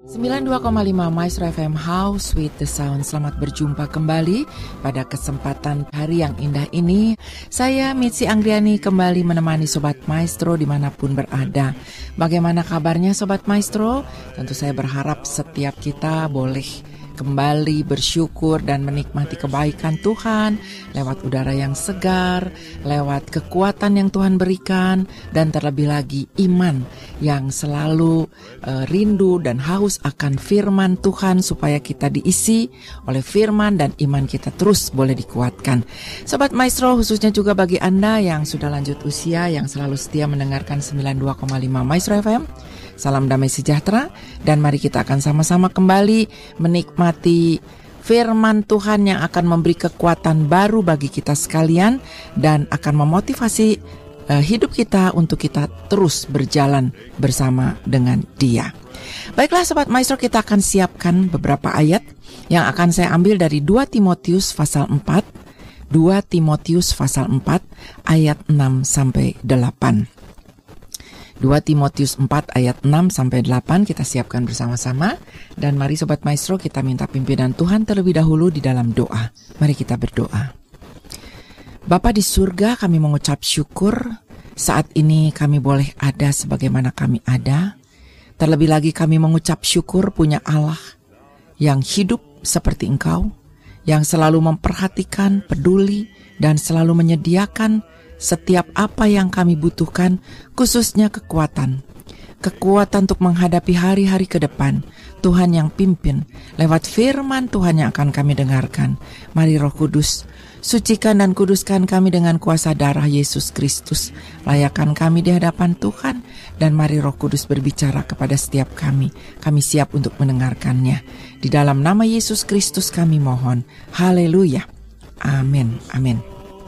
92,5 Maestro FM House with the Sound. Selamat berjumpa kembali pada kesempatan hari yang indah ini. Saya Mitzi Anggriani kembali menemani Sobat Maestro dimanapun berada. Bagaimana kabarnya Sobat Maestro? Tentu saya berharap setiap kita boleh kembali bersyukur dan menikmati kebaikan Tuhan lewat udara yang segar, lewat kekuatan yang Tuhan berikan, dan terlebih lagi iman yang selalu rindu dan haus akan firman Tuhan supaya kita diisi oleh firman dan iman kita terus boleh dikuatkan. Sobat Maestro, khususnya juga bagi Anda yang sudah lanjut usia, yang selalu setia mendengarkan 92,5 Maestro FM, salam damai sejahtera, dan mari kita akan sama-sama kembali menikmati firman Tuhan yang akan memberi kekuatan baru bagi kita sekalian dan akan memotivasi hidup kita untuk kita terus berjalan bersama dengan Dia. Baiklah Sobat Maestro, kita akan siapkan beberapa ayat yang akan saya ambil dari 2 Timotius pasal 4, 2 Timotius pasal 4 ayat 6-8. 2 Timotius 4 ayat 6-8 kita siapkan bersama-sama. Dan mari Sobat Maestro, kita minta pimpinan Tuhan terlebih dahulu di dalam doa. Mari kita berdoa. Bapa di surga, kami mengucap syukur saat ini kami boleh ada sebagaimana kami ada. Terlebih lagi kami mengucap syukur punya Allah yang hidup seperti Engkau, yang selalu memperhatikan, peduli, dan selalu menyediakan setiap apa yang kami butuhkan, khususnya kekuatan untuk menghadapi hari-hari ke depan. Tuhan yang pimpin lewat firman Tuhan yang akan kami dengarkan. Mari Roh Kudus, sucikan dan kuduskan kami dengan kuasa darah Yesus Kristus. Layakkan kami di hadapan Tuhan, dan mari Roh Kudus berbicara kepada setiap kami. Kami siap untuk mendengarkannya. Di dalam nama Yesus Kristus kami mohon. Haleluya. Amin. Amin.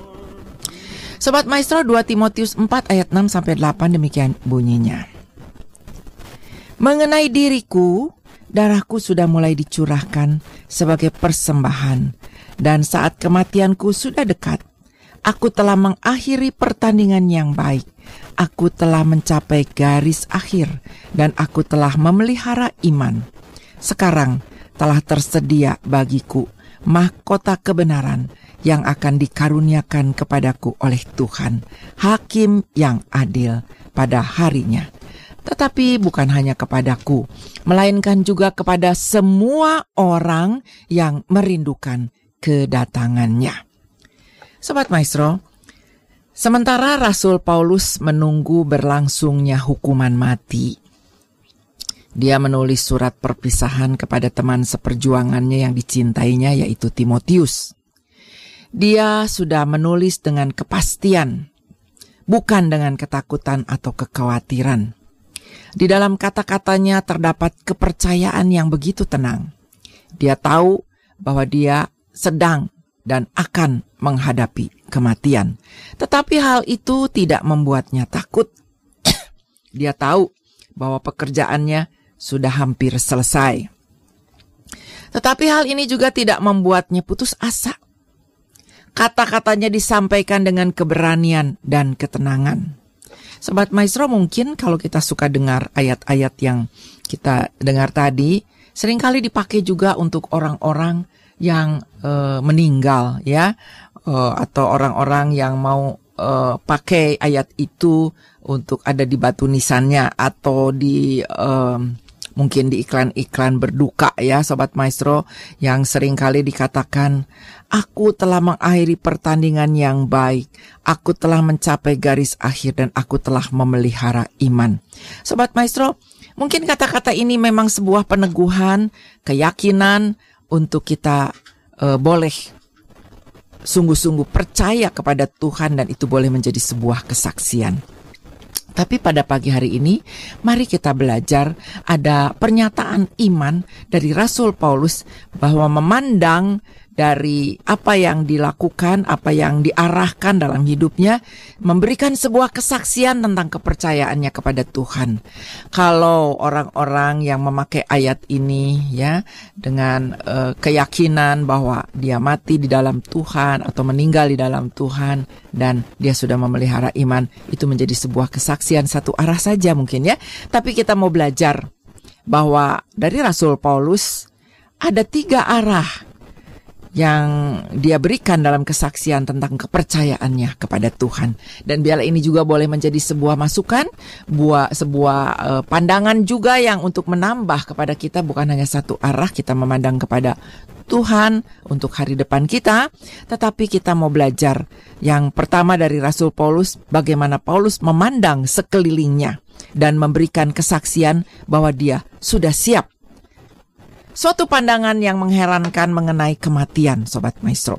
Sobat Maestro, 2 Timotius 4 ayat 6-8 demikian bunyinya. Mengenai diriku, darahku sudah mulai dicurahkan sebagai persembahan, dan saat kematianku sudah dekat. Aku telah mengakhiri pertandingan yang baik. Aku telah mencapai garis akhir, dan aku telah memelihara iman. Sekarang telah tersedia bagiku mahkota kebenaran yang akan dikaruniakan kepadaku oleh Tuhan, Hakim yang adil pada harinya. Tetapi bukan hanya kepadaku, melainkan juga kepada semua orang yang merindukan kedatangannya. Sobat Maestro, sementara Rasul Paulus menunggu berlangsungnya hukuman mati, dia menulis surat perpisahan kepada teman seperjuangannya yang dicintainya, yaitu Timotius. Dia sudah menulis dengan kepastian, bukan dengan ketakutan atau kekhawatiran. Di dalam kata-katanya terdapat kepercayaan yang begitu tenang. Dia tahu bahwa dia sedang dan akan menghadapi kematian. Tetapi hal itu tidak membuatnya takut. Dia tahu bahwa pekerjaannya sudah hampir selesai. Tetapi hal ini juga tidak membuatnya putus asa. Kata-katanya disampaikan dengan keberanian dan ketenangan. Sobat Maestro, mungkin kalau kita suka dengar ayat-ayat yang kita dengar tadi, seringkali dipakai juga untuk orang-orang yang meninggal, ya, atau orang-orang yang mau pakai ayat itu untuk ada di batu nisannya atau di mungkin di iklan-iklan berduka, ya Sobat Maestro, yang seringkali dikatakan, aku telah mengakhiri pertandingan yang baik, aku telah mencapai garis akhir, dan aku telah memelihara iman. Sobat Maestro, mungkin kata-kata ini memang sebuah peneguhan, keyakinan untuk kita boleh sungguh-sungguh percaya kepada Tuhan, dan itu boleh menjadi sebuah kesaksian. Tapi pada pagi hari ini, mari kita belajar ada pernyataan iman dari Rasul Paulus bahwa memandang dari apa yang dilakukan, apa yang diarahkan dalam hidupnya, memberikan sebuah kesaksian tentang kepercayaannya kepada Tuhan. Kalau orang-orang yang memakai ayat ini, ya, dengan keyakinan bahwa dia mati di dalam Tuhan atau meninggal di dalam Tuhan dan dia sudah memelihara iman, itu menjadi sebuah kesaksian satu arah saja mungkin, ya. Tapi kita mau belajar bahwa dari Rasul Paulus ada 3 arah yang dia berikan dalam kesaksian tentang kepercayaannya kepada Tuhan. Dan biarlah ini juga boleh menjadi sebuah masukan, sebuah pandangan juga yang untuk menambah kepada kita bukan hanya satu arah kita memandang kepada Tuhan untuk hari depan kita, tetapi kita mau belajar yang pertama dari Rasul Paulus, bagaimana Paulus memandang sekelilingnya dan memberikan kesaksian bahwa dia sudah siap. Suatu pandangan yang mengherankan mengenai kematian, Sobat Maestro.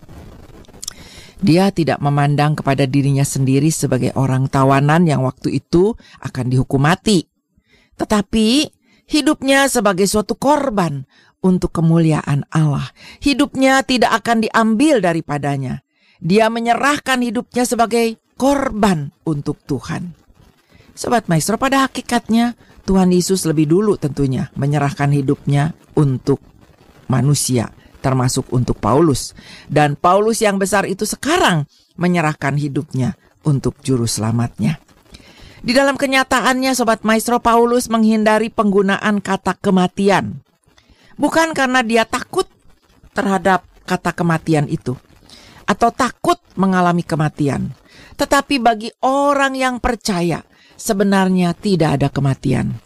Dia tidak memandang kepada dirinya sendiri sebagai orang tawanan yang waktu itu akan dihukum mati. Tetapi hidupnya sebagai suatu korban untuk kemuliaan Allah. Hidupnya tidak akan diambil daripadanya. Dia menyerahkan hidupnya sebagai korban untuk Tuhan. Sobat Maestro, pada hakikatnya Tuhan Yesus lebih dulu tentunya menyerahkan hidupnya untuk manusia, termasuk untuk Paulus. Dan Paulus yang besar itu sekarang menyerahkan hidupnya untuk juru selamatnya. Di dalam kenyataannya, Sobat Maestro, Paulus menghindari penggunaan kata kematian. Bukan karena dia takut terhadap kata kematian itu, atau takut mengalami kematian. Tetapi bagi orang yang percaya, sebenarnya tidak ada kematian.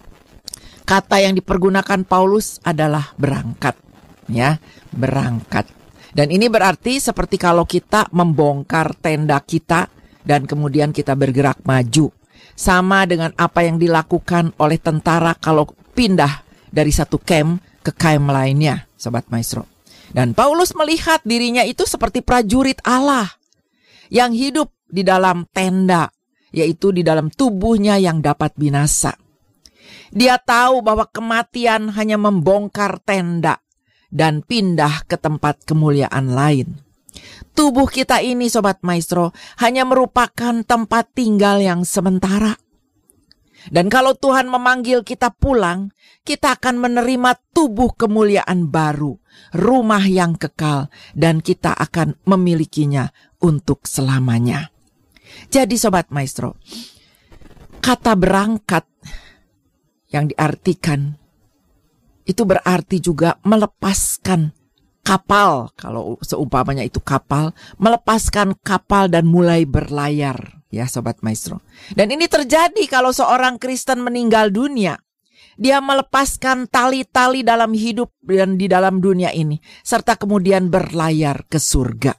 Kata yang dipergunakan Paulus adalah berangkat, ya, berangkat. Dan ini berarti seperti kalau kita membongkar tenda kita dan kemudian kita bergerak maju. Sama dengan apa yang dilakukan oleh tentara kalau pindah dari satu camp ke camp lainnya, Sobat Maestro. Dan Paulus melihat dirinya itu seperti prajurit Allah yang hidup di dalam tenda, yaitu di dalam tubuhnya yang dapat binasa. Dia tahu bahwa kematian hanya membongkar tenda dan pindah ke tempat kemuliaan lain. Tubuh kita ini, Sobat Maestro, hanya merupakan tempat tinggal yang sementara. Dan kalau Tuhan memanggil kita pulang, kita akan menerima tubuh kemuliaan baru, rumah yang kekal, dan kita akan memilikinya untuk selamanya. Jadi Sobat Maestro, kata berangkat yang diartikan itu berarti juga melepaskan kapal. Kalau seumpamanya itu kapal, melepaskan kapal dan mulai berlayar, ya Sobat Maestro. Dan ini terjadi kalau seorang Kristen meninggal dunia. Dia melepaskan tali-tali dalam hidup dan di dalam dunia ini, serta kemudian berlayar ke surga.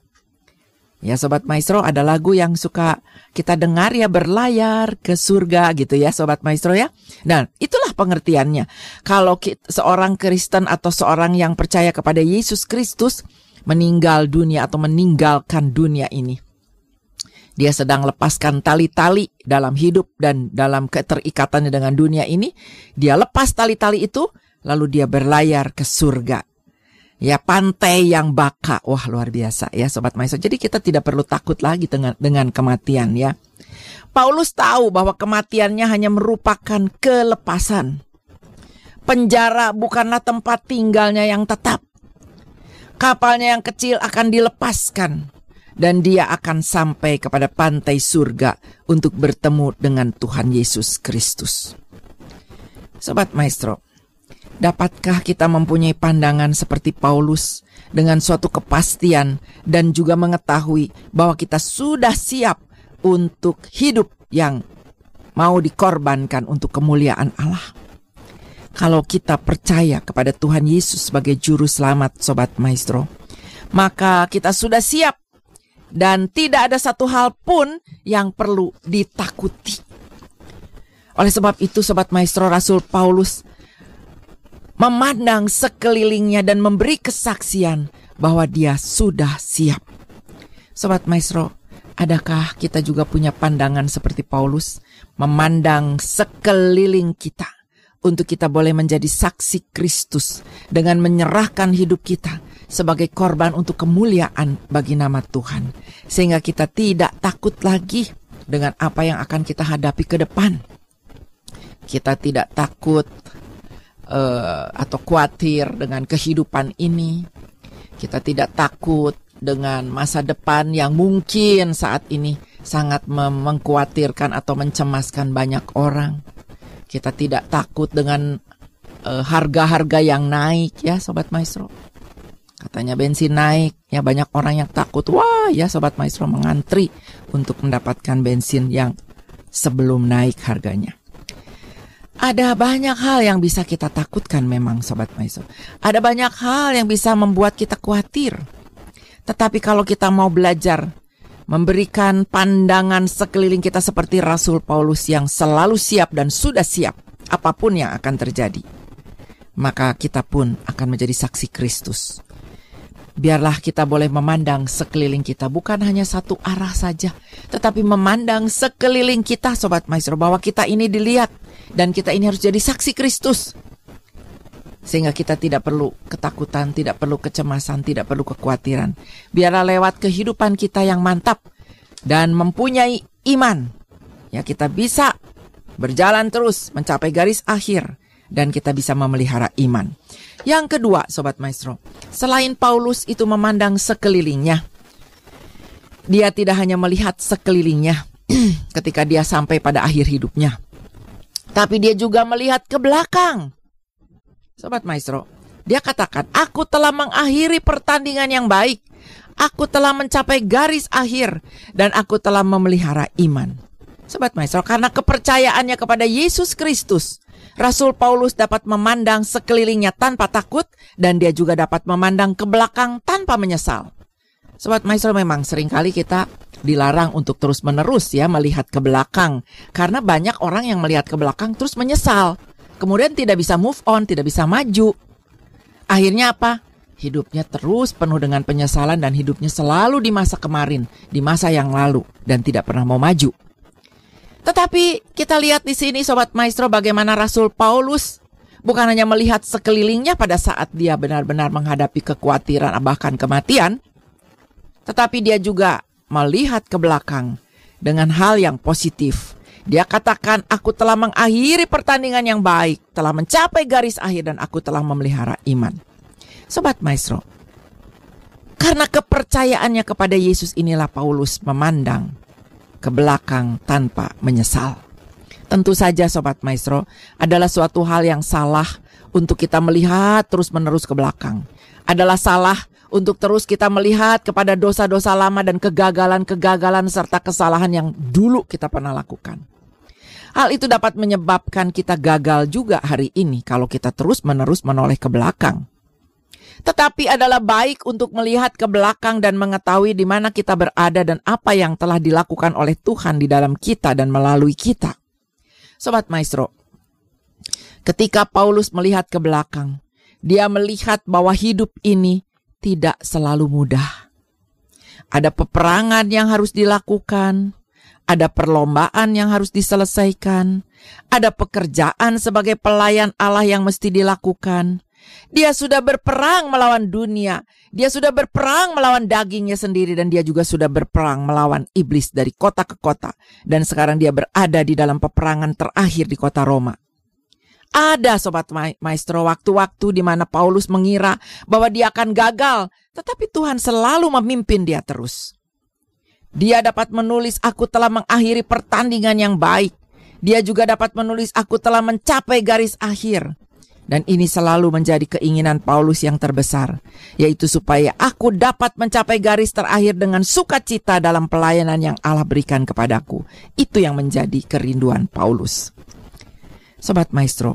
Ya Sobat Maestro, ada lagu yang suka kita dengar ya, berlayar ke surga gitu ya Sobat Maestro ya. Nah itulah pengertiannya. Kalau seorang Kristen atau seorang yang percaya kepada Yesus Kristus meninggal dunia atau meninggalkan dunia ini, dia sedang lepaskan tali-tali dalam hidup dan dalam keterikatannya dengan dunia ini. Dia lepas tali-tali itu lalu dia berlayar ke surga. Ya, pantai yang baka. Wah, luar biasa ya Sobat Maestro. Jadi kita tidak perlu takut lagi dengan kematian ya. Paulus tahu bahwa kematiannya hanya merupakan kelepasan. Penjara bukanlah tempat tinggalnya yang tetap. Kapalnya yang kecil akan dilepaskan. Dan dia akan sampai kepada pantai surga untuk bertemu dengan Tuhan Yesus Kristus. Sobat Maestro, dapatkah kita mempunyai pandangan seperti Paulus dengan suatu kepastian dan juga mengetahui bahwa kita sudah siap untuk hidup yang mau dikorbankan untuk kemuliaan Allah? Kalau kita percaya kepada Tuhan Yesus sebagai juru selamat, Sobat Maestro, maka kita sudah siap dan tidak ada satu hal pun yang perlu ditakuti. Oleh sebab itu, Sobat Maestro, Rasul Paulus memandang sekelilingnya dan memberi kesaksian bahwa dia sudah siap. Sobat Maestro, adakah kita juga punya pandangan seperti Paulus, memandang sekeliling kita untuk kita boleh menjadi saksi Kristus dengan menyerahkan hidup kita sebagai korban untuk kemuliaan bagi nama Tuhan, sehingga kita tidak takut lagi dengan apa yang akan kita hadapi ke depan. Kita tidak takut atau khawatir dengan kehidupan ini. Kita tidak takut dengan masa depan yang mungkin saat ini sangat mengkhawatirkan atau mencemaskan banyak orang. Kita tidak takut dengan harga-harga yang naik ya Sobat Maestro. Katanya bensin naik, ya banyak orang yang takut. Wah ya Sobat Maestro, mengantri untuk mendapatkan bensin yang sebelum naik harganya. Ada banyak hal yang bisa kita takutkan memang Sobat Maestro. Ada banyak hal yang bisa membuat kita khawatir. Tetapi kalau kita mau belajar memberikan pandangan sekeliling kita seperti Rasul Paulus yang selalu siap dan sudah siap apapun yang akan terjadi, maka kita pun akan menjadi saksi Kristus. Biarlah kita boleh memandang sekeliling kita bukan hanya satu arah saja, tetapi memandang sekeliling kita Sobat Maestro, bahwa kita ini dilihat dan kita ini harus jadi saksi Kristus. Sehingga kita tidak perlu ketakutan, tidak perlu kecemasan, tidak perlu kekhawatiran. Biarlah lewat kehidupan kita yang mantap dan mempunyai iman, ya kita bisa berjalan terus mencapai garis akhir dan kita bisa memelihara iman. Yang kedua Sobat Maestro, selain Paulus itu memandang sekelilingnya, dia tidak hanya melihat sekelilingnya ketika dia sampai pada akhir hidupnya, tapi dia juga melihat ke belakang. Sobat Maestro, dia katakan, aku telah mengakhiri pertandingan yang baik, aku telah mencapai garis akhir, dan aku telah memelihara iman. Sobat Maestro, karena kepercayaannya kepada Yesus Kristus, Rasul Paulus dapat memandang sekelilingnya tanpa takut dan dia juga dapat memandang ke belakang tanpa menyesal. Sobat Maestro, memang seringkali kita dilarang untuk terus-menerus ya melihat ke belakang karena banyak orang yang melihat ke belakang terus menyesal. Kemudian tidak bisa move on, tidak bisa maju. Akhirnya apa? Hidupnya terus penuh dengan penyesalan dan hidupnya selalu di masa kemarin, di masa yang lalu dan tidak pernah mau maju. Tetapi kita lihat di sini Sobat Maestro bagaimana Rasul Paulus bukan hanya melihat sekelilingnya pada saat dia benar-benar menghadapi kekhawatiran bahkan kematian, tetapi dia juga melihat ke belakang dengan hal yang positif. Dia katakan, aku telah mengakhiri pertandingan yang baik, telah mencapai garis akhir dan aku telah memelihara iman. Sobat Maestro, karena kepercayaannya kepada Yesus inilah Paulus memandang ke belakang tanpa menyesal. Tentu saja Sobat Maestro, adalah suatu hal yang salah untuk kita melihat terus-menerus ke belakang. Adalah salah untuk terus kita melihat kepada dosa-dosa lama dan kegagalan-kegagalan serta kesalahan yang dulu kita pernah lakukan. Hal itu dapat menyebabkan kita gagal juga hari ini kalau kita terus-menerus menoleh ke belakang. Tetapi adalah baik untuk melihat ke belakang dan mengetahui di mana kita berada dan apa yang telah dilakukan oleh Tuhan di dalam kita dan melalui kita. Sobat Maestro, ketika Paulus melihat ke belakang, dia melihat bahwa hidup ini tidak selalu mudah. Ada peperangan yang harus dilakukan, ada perlombaan yang harus diselesaikan, ada pekerjaan sebagai pelayan Allah yang mesti dilakukan. Dia sudah berperang melawan dunia, dia sudah berperang melawan dagingnya sendiri, dan dia juga sudah berperang melawan iblis dari kota ke kota. Dan sekarang dia berada di dalam peperangan terakhir di kota Roma. Ada Sobat Maestro waktu-waktu di mana Paulus mengira bahwa dia akan gagal, tetapi Tuhan selalu memimpin dia terus. Dia dapat menulis, aku telah mengakhiri pertandingan yang baik. Dia juga dapat menulis, aku telah mencapai garis akhir. Dan ini selalu menjadi keinginan Paulus yang terbesar, yaitu supaya aku dapat mencapai garis terakhir dengan sukacita dalam pelayanan yang Allah berikan kepadaku. Itu yang menjadi kerinduan Paulus. Sobat Maestro,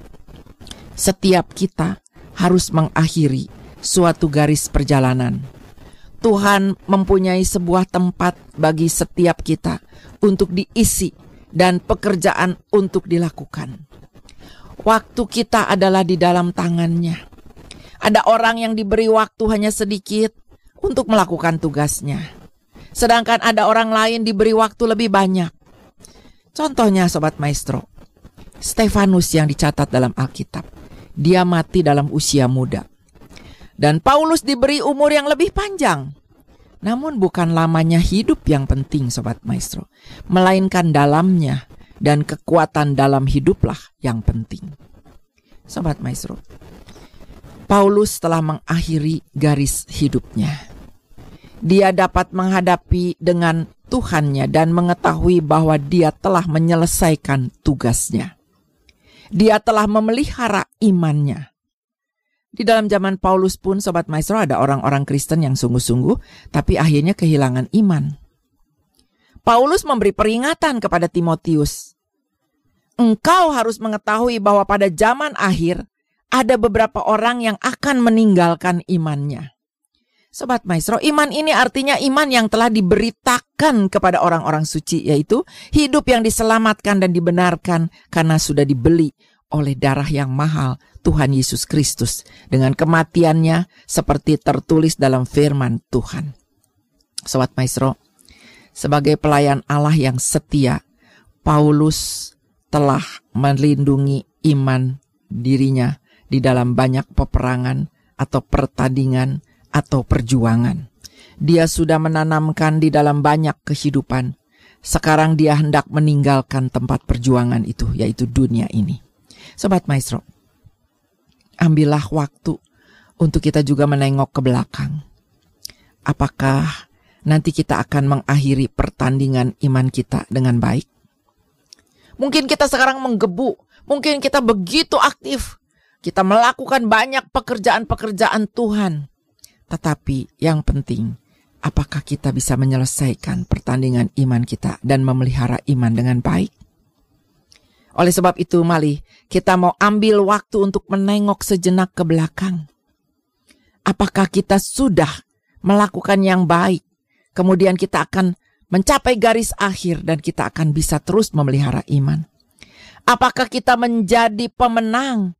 setiap kita harus mengakhiri suatu garis perjalanan. Tuhan mempunyai sebuah tempat bagi setiap kita untuk diisi dan pekerjaan untuk dilakukan. Waktu kita adalah di dalam tangannya. Ada orang yang diberi waktu hanya sedikit untuk melakukan tugasnya. Sedangkan ada orang lain diberi waktu lebih banyak. Contohnya Sobat Maestro, Stefanus yang dicatat dalam Alkitab. Dia mati dalam usia muda. Dan Paulus diberi umur yang lebih panjang. Namun bukan lamanya hidup yang penting Sobat Maestro, melainkan dalamnya. Dan kekuatan dalam hiduplah yang penting. Sobat Maestro, Paulus telah mengakhiri garis hidupnya. Dia dapat menghadapi dengan Tuhannya dan mengetahui bahwa dia telah menyelesaikan tugasnya. Dia telah memelihara imannya. Di dalam zaman Paulus pun, Sobat Maestro, ada orang-orang Kristen yang sungguh-sungguh, tapi akhirnya kehilangan iman. Paulus memberi peringatan kepada Timotius. Engkau harus mengetahui bahwa pada zaman akhir, ada beberapa orang yang akan meninggalkan imannya. Sobat Maestro, iman ini artinya iman yang telah diberitakan kepada orang-orang suci, yaitu hidup yang diselamatkan dan dibenarkan karena sudah dibeli oleh darah yang mahal Tuhan Yesus Kristus dengan kematiannya seperti tertulis dalam firman Tuhan. Sobat Maestro, sebagai pelayan Allah yang setia, Paulus telah melindungi iman dirinya di dalam banyak peperangan atau pertandingan atau perjuangan. Dia sudah menanamkan di dalam banyak kehidupan. Sekarang dia hendak meninggalkan tempat perjuangan itu, yaitu dunia ini. Sobat Maestro, ambillah waktu untuk kita juga menengok ke belakang. Apakah nanti kita akan mengakhiri pertandingan iman kita dengan baik? Mungkin kita sekarang menggebu, mungkin kita begitu aktif, kita melakukan banyak pekerjaan-pekerjaan Tuhan. Tetapi yang penting, apakah kita bisa menyelesaikan pertandingan iman kita dan memelihara iman dengan baik? Oleh sebab itu, mari kita mau ambil waktu untuk menengok sejenak ke belakang. Apakah kita sudah melakukan yang baik? Kemudian kita akan mencapai garis akhir dan kita akan bisa terus memelihara iman. Apakah kita menjadi pemenang?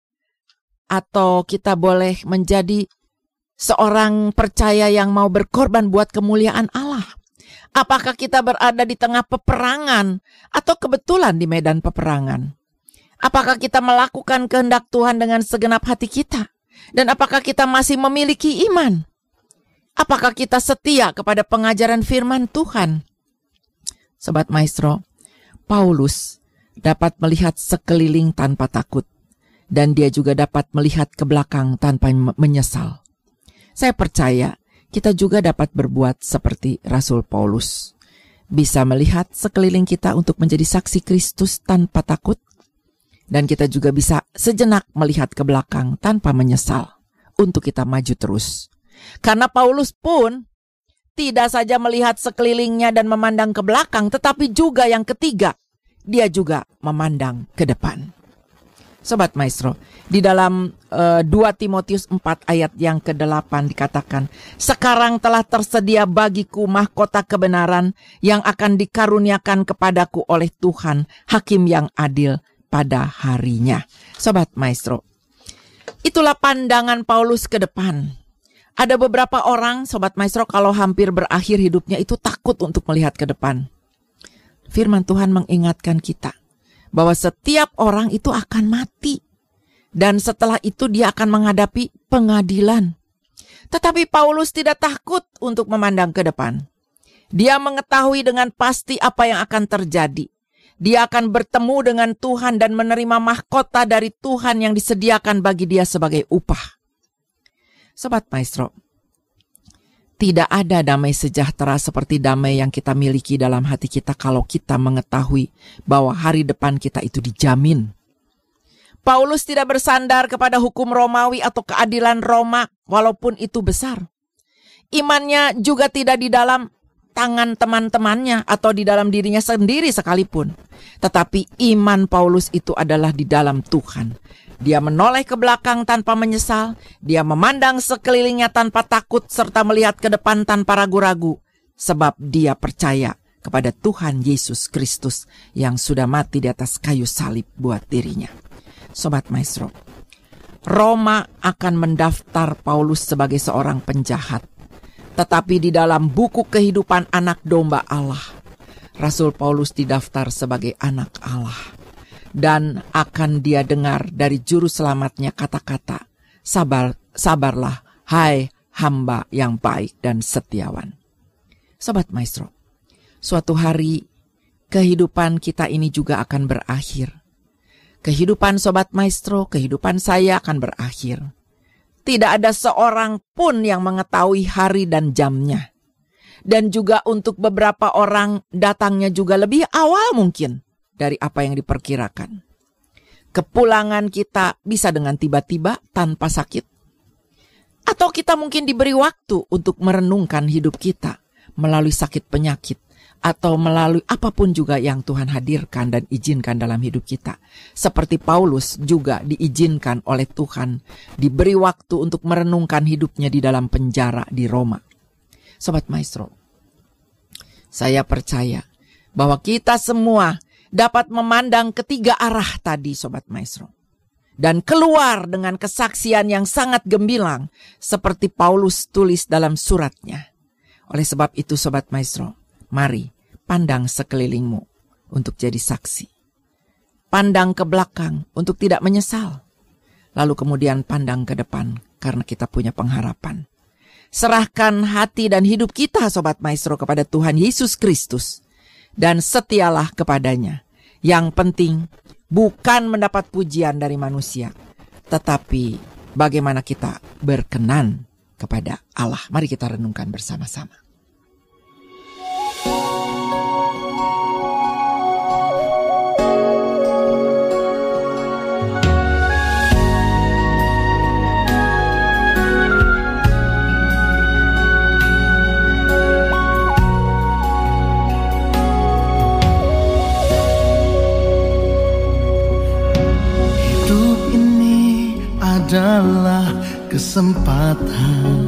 Atau kita boleh menjadi seorang percaya yang mau berkorban buat kemuliaan Allah? Apakah kita berada di tengah peperangan atau kebetulan di medan peperangan? Apakah kita melakukan kehendak Tuhan dengan segenap hati kita? Dan apakah kita masih memiliki iman? Apakah kita setia kepada pengajaran firman Tuhan? Sobat Maestro, Paulus dapat melihat sekeliling tanpa takut. Dan dia juga dapat melihat ke belakang tanpa menyesal. Saya percaya kita juga dapat berbuat seperti Rasul Paulus. Bisa melihat sekeliling kita untuk menjadi saksi Kristus tanpa takut. Dan kita juga bisa sejenak melihat ke belakang tanpa menyesal untuk kita maju terus. Karena Paulus pun tidak saja melihat sekelilingnya dan memandang ke belakang, tetapi juga yang ketiga, dia juga memandang ke depan. Sobat Maestro, di dalam 2 Timotius 4 ayat yang ke-8 dikatakan, sekarang telah tersedia bagiku mahkota kebenaran yang akan dikaruniakan kepadaku oleh Tuhan, hakim yang adil pada harinya. Sobat Maestro, itulah pandangan Paulus ke depan. Ada beberapa orang, Sobat Maestro, kalau hampir berakhir hidupnya itu takut untuk melihat ke depan. Firman Tuhan mengingatkan kita bahwa setiap orang itu akan mati. Dan setelah itu dia akan menghadapi pengadilan. Tetapi Paulus tidak takut untuk memandang ke depan. Dia mengetahui dengan pasti apa yang akan terjadi. Dia akan bertemu dengan Tuhan dan menerima mahkota dari Tuhan yang disediakan bagi dia sebagai upah. Sobat Maestro, tidak ada damai sejahtera seperti damai yang kita miliki dalam hati kita kalau kita mengetahui bahwa hari depan kita itu dijamin. Paulus tidak bersandar kepada hukum Romawi atau keadilan Roma walaupun itu besar. Imannya juga tidak di dalam tangan teman-temannya atau di dalam dirinya sendiri sekalipun. Tetapi iman Paulus itu adalah di dalam Tuhan. Dia menoleh ke belakang tanpa menyesal. Dia memandang sekelilingnya tanpa takut serta melihat ke depan tanpa ragu-ragu. Sebab dia percaya kepada Tuhan Yesus Kristus yang sudah mati di atas kayu salib buat dirinya. Sobat Maestro, Roma akan mendaftar Paulus sebagai seorang penjahat. Tetapi di dalam buku kehidupan anak domba Allah, Rasul Paulus didaftar sebagai anak Allah. Dan akan dia dengar dari juru selamatnya kata-kata, sabarlah, hai hamba yang baik dan setiawan. Sobat Maestro, suatu hari kehidupan kita ini juga akan berakhir. Kehidupan Sobat Maestro, kehidupan saya akan berakhir. Tidak ada seorang pun yang mengetahui hari dan jamnya. Dan juga untuk beberapa orang datangnya juga lebih awal mungkin dari apa yang diperkirakan. kepulangan kita bisa dengan tiba-tiba tanpa sakit. Atau kita mungkin diberi waktu untuk merenungkan hidup kita melalui sakit penyakit, atau melalui apapun juga yang Tuhan hadirkan dan izinkan dalam hidup kita. Seperti Paulus juga diizinkan oleh Tuhan, diberi waktu untuk merenungkan hidupnya di dalam penjara di Roma. Sobat Maestro, saya percaya bahwa kita semua dapat memandang ketiga arah tadi, Sobat Maestro, dan keluar dengan kesaksian yang sangat gemilang seperti Paulus tulis dalam suratnya. Oleh sebab itu, Sobat Maestro, mari pandang sekelilingmu untuk jadi saksi. Pandang ke belakang untuk tidak menyesal. Lalu kemudian pandang ke depan karena kita punya pengharapan. Serahkan hati dan hidup kita, Sobat Maestro, kepada Tuhan Yesus Kristus. Dan setialah kepadanya. Yang penting bukan mendapat pujian dari manusia, tetapi bagaimana kita berkenan kepada Allah. Mari kita renungkan bersama-sama. Adalah kesempatan.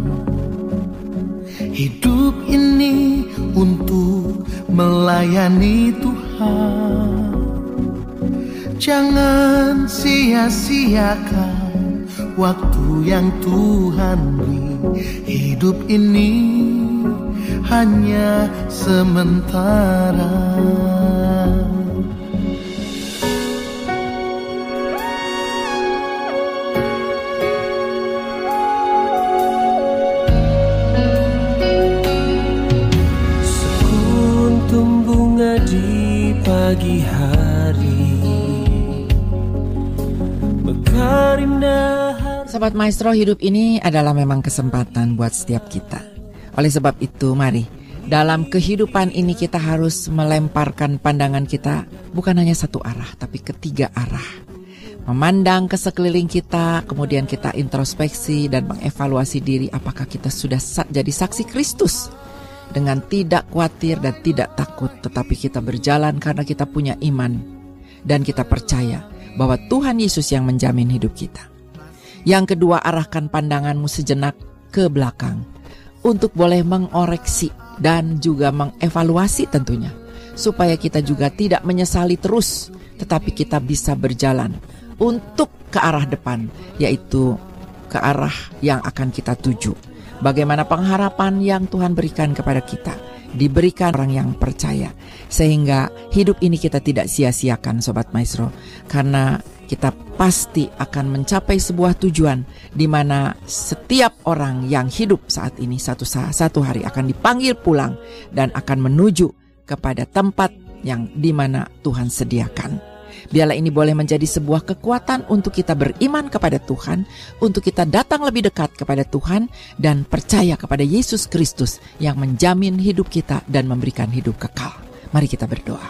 Hidup ini untuk melayani Tuhan. Jangan sia-siakan waktu yang Tuhan beri. Hidup ini hanya sementara. Di pagi hari Sobat Maestro, hidup ini adalah memang kesempatan buat setiap kita. Oleh sebab itu, mari dalam kehidupan ini kita harus melemparkan pandangan kita bukan hanya satu arah, tapi ketiga arah. Memandang ke sekeliling kita, kemudian kita introspeksi dan mengevaluasi diri apakah kita sudah jadi saksi Kristus. Dengan tidak khawatir dan tidak takut, tetapi kita berjalan karena kita punya iman dan kita percaya bahwa Tuhan Yesus yang menjamin hidup kita. Yang kedua, arahkan pandanganmu sejenak ke belakang untuk boleh mengoreksi dan juga mengevaluasi tentunya, supaya kita juga tidak menyesali terus, tetapi kita bisa berjalan untuk ke arah depan, yaitu ke arah yang akan kita tuju. Bagaimana pengharapan yang Tuhan berikan kepada kita diberikan orang yang percaya, sehingga hidup ini kita tidak sia-siakan, Sobat Maestro, karena kita pasti akan mencapai sebuah tujuan di mana setiap orang yang hidup saat ini satu hari akan dipanggil pulang dan akan menuju kepada tempat yang di mana Tuhan sediakan. Biarlah ini boleh menjadi sebuah kekuatan untuk kita beriman kepada Tuhan, untuk kita datang lebih dekat kepada Tuhan dan percaya kepada Yesus Kristus yang menjamin hidup kita dan memberikan hidup kekal. Mari kita berdoa.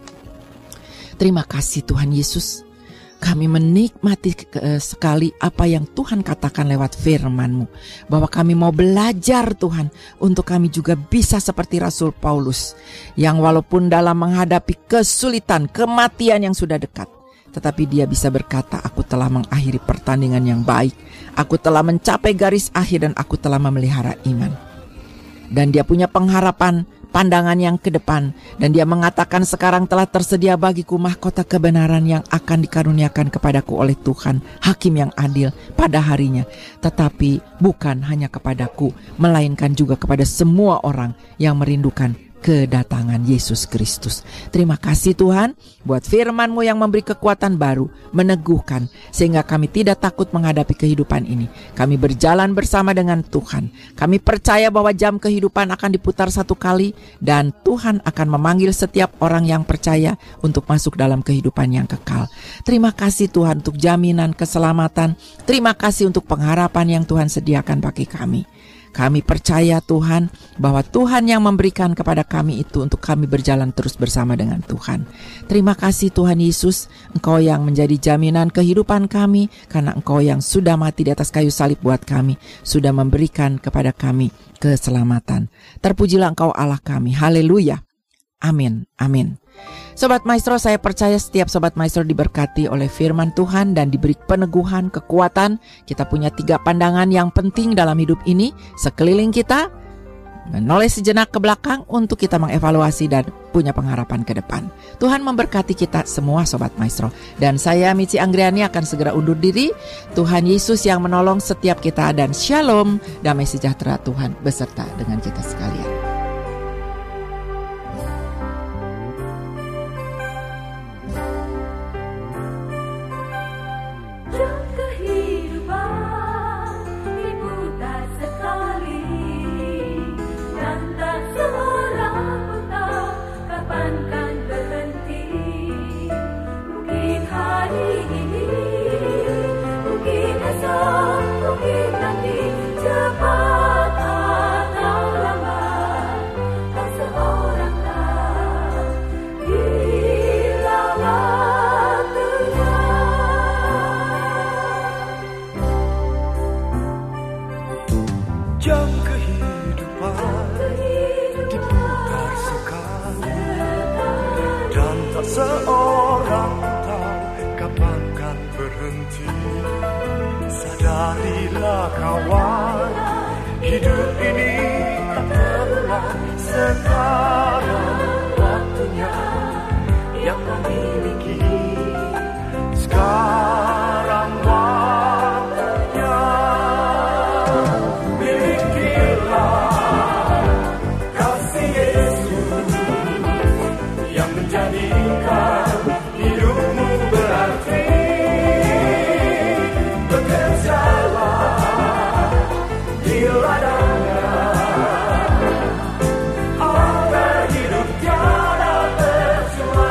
Terima kasih Tuhan Yesus. Kami menikmati sekali apa yang Tuhan katakan lewat firman-Mu. Bahwa kami mau belajar Tuhan untuk kami juga bisa seperti Rasul Paulus. Yang walaupun dalam menghadapi kesulitan, kematian yang sudah dekat, tetapi dia bisa berkata, aku telah mengakhiri pertandingan yang baik. Aku telah mencapai garis akhir dan aku telah memelihara iman. Dan dia punya pengharapan, pandangan yang ke depan. Dan dia mengatakan sekarang telah tersedia bagiku mahkota kebenaran yang akan dikaruniakan kepadaku oleh Tuhan, Hakim yang adil pada harinya. Tetapi bukan hanya kepadaku, melainkan juga kepada semua orang yang merindukan kedatangan Yesus Kristus. Terima kasih Tuhan buat firman-Mu yang memberi kekuatan baru, meneguhkan, sehingga kami tidak takut menghadapi kehidupan ini. Kami berjalan bersama dengan Tuhan. Kami percaya bahwa jam kehidupan akan diputar satu kali dan Tuhan akan memanggil setiap orang yang percaya untuk masuk dalam kehidupan yang kekal. Terima kasih Tuhan untuk jaminan keselamatan. Terima kasih untuk pengharapan yang Tuhan sediakan bagi kami. Kami percaya Tuhan bahwa Tuhan yang memberikan kepada kami itu untuk kami berjalan terus bersama dengan Tuhan. Terima kasih Tuhan Yesus, Engkau yang menjadi jaminan kehidupan kami, karena Engkau yang sudah mati di atas kayu salib buat kami, sudah memberikan kepada kami keselamatan. Terpujilah Engkau Allah kami. Haleluya. Amin. Amin. Sobat Maestro, saya percaya setiap Sobat Maestro diberkati oleh firman Tuhan dan diberi peneguhan, kekuatan. Kita punya 3 pandangan yang penting dalam hidup ini. Sekeliling kita, menoleh sejenak ke belakang untuk kita mengevaluasi dan punya pengharapan ke depan. Tuhan memberkati kita semua Sobat Maestro. Dan saya Mici Anggriani akan segera undur diri. Tuhan Yesus yang menolong setiap kita, dan shalom, damai sejahtera Tuhan beserta dengan kita sekalian. Jam kehidupan diputar sekali, dan tak seorang tahu kapan kan berhenti. Sadarilah kawan, hidup ini tak terulang. Sekarang waktunya yang kau miliki. Sekarang waktunya. Milikilah kasih Yesus yang menjadikan hidupmu berarti. Bekerjalah di ladangnya agar hidup tiada percuma.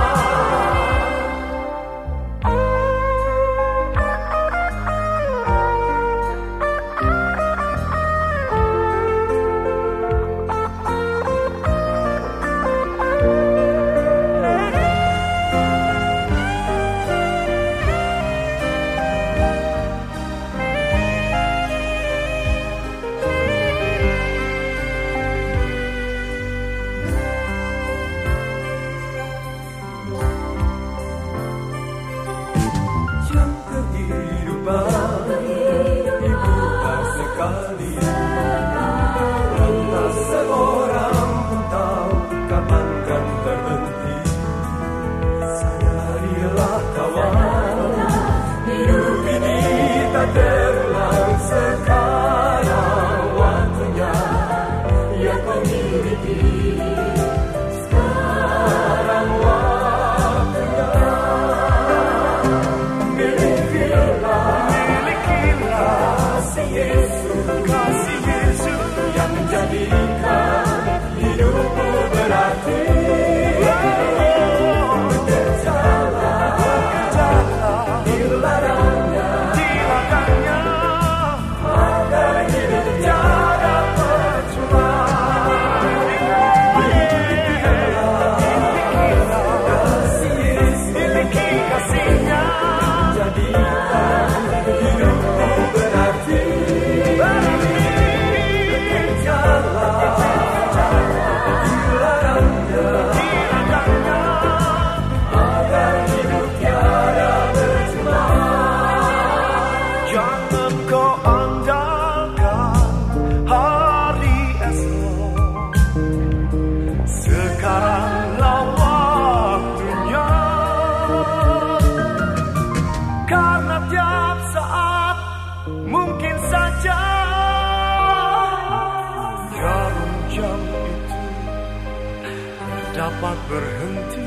Dapat berhenti.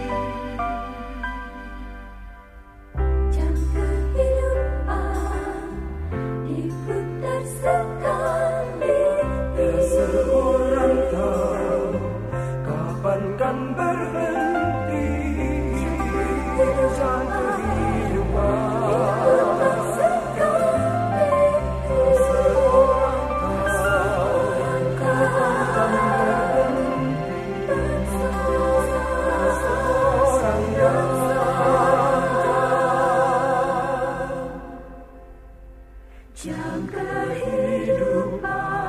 Jam kehidupan diputar sekali, Dan seorang tahu kapan kan berhenti. Jam kehidupan diputar sekali, seorang tahu jam kehidupan.